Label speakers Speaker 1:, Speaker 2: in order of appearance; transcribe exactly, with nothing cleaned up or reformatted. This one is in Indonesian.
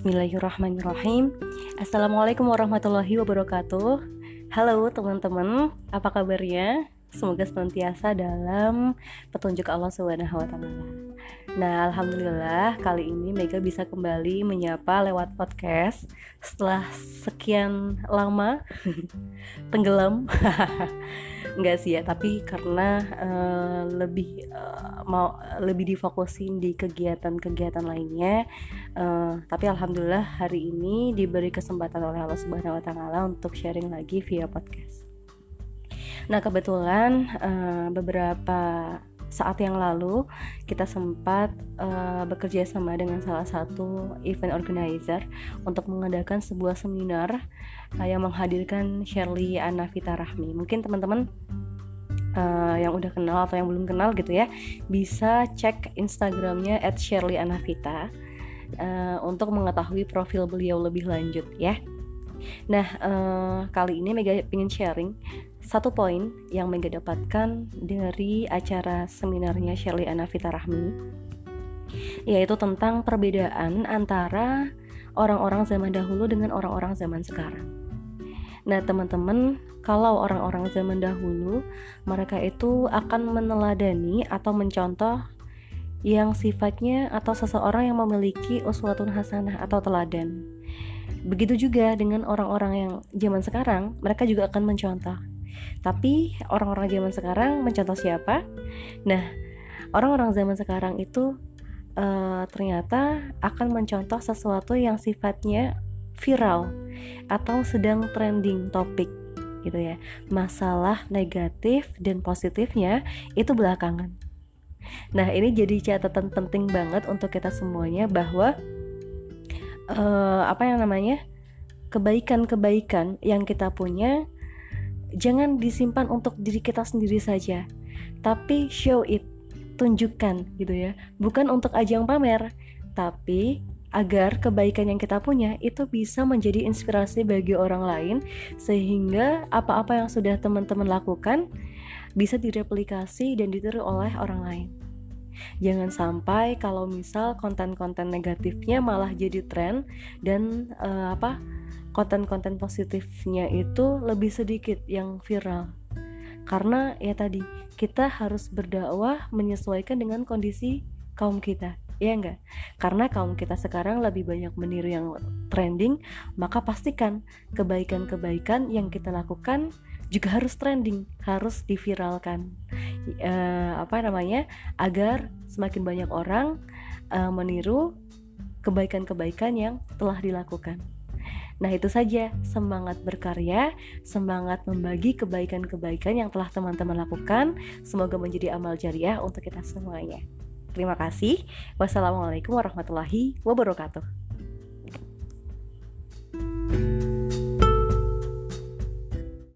Speaker 1: Bismillahirrahmanirrahim. Assalamualaikum warahmatullahi wabarakatuh. Halo teman-teman, apa kabarnya? Semoga senantiasa dalam petunjuk Allah Subhanahu wa taala. Nah, alhamdulillah kali ini Mega bisa kembali menyapa lewat podcast setelah sekian lama tenggelam. Enggak sih ya, tapi karena uh, lebih uh, mau lebih difokusin di kegiatan-kegiatan lainnya. Uh, tapi alhamdulillah hari ini diberi kesempatan oleh Allah Subhanahu wa taala untuk sharing lagi via podcast. Nah, kebetulan uh, beberapa saat yang lalu kita sempat uh, bekerja sama dengan salah satu event organizer untuk mengadakan sebuah seminar uh, yang menghadirkan Shirley Anavita Rahmi. Mungkin teman-teman uh, yang udah kenal atau yang belum kenal gitu ya, bisa cek Instagramnya at shirley anavita uh, untuk mengetahui profil beliau lebih lanjut ya. Nah, uh, kali ini Mega ingin sharing satu poin yang Mega dapatkan dari acara seminarnya Shirley Anavita Rahmi, yaitu tentang perbedaan antara orang-orang zaman dahulu dengan orang-orang zaman sekarang. Nah, teman-teman, kalau orang-orang zaman dahulu, mereka itu akan meneladani atau mencontoh yang sifatnya atau seseorang yang memiliki uswatun hasanah atau teladan. Begitu juga dengan orang-orang yang zaman sekarang, mereka juga akan mencontoh. Tapi orang-orang zaman sekarang mencontoh siapa? Nah, orang-orang zaman sekarang itu uh, ternyata akan mencontoh sesuatu yang sifatnya viral atau sedang trending topik gitu ya. Masalah negatif dan positifnya itu belakangan. Nah, ini jadi catatan penting banget untuk kita semuanya bahwa uh, apa yang namanya kebaikan-kebaikan yang kita punya jangan disimpan untuk diri kita sendiri saja, tapi show it, tunjukkan gitu ya. Bukan untuk ajang pamer, tapi agar kebaikan yang kita punya itu bisa menjadi inspirasi bagi orang lain, sehingga apa-apa yang sudah teman-teman lakukan bisa direplikasi dan ditiru oleh orang lain. Jangan sampai kalau misal konten-konten negatifnya malah jadi tren dan uh, apa konten-konten positifnya itu lebih sedikit yang viral. Karena ya tadi, kita harus berdakwah menyesuaikan dengan kondisi kaum kita, ya enggak? Karena kaum kita sekarang lebih banyak meniru yang trending, maka pastikan kebaikan-kebaikan yang kita lakukan juga harus trending, harus diviralkan. E, apa namanya? Agar semakin banyak orang e, meniru kebaikan-kebaikan yang telah dilakukan. Nah, itu saja, semangat berkarya, semangat membagi kebaikan-kebaikan yang telah teman-teman lakukan. Semoga menjadi amal jariah untuk kita semuanya. Terima kasih. Wassalamualaikum warahmatullahi wabarakatuh.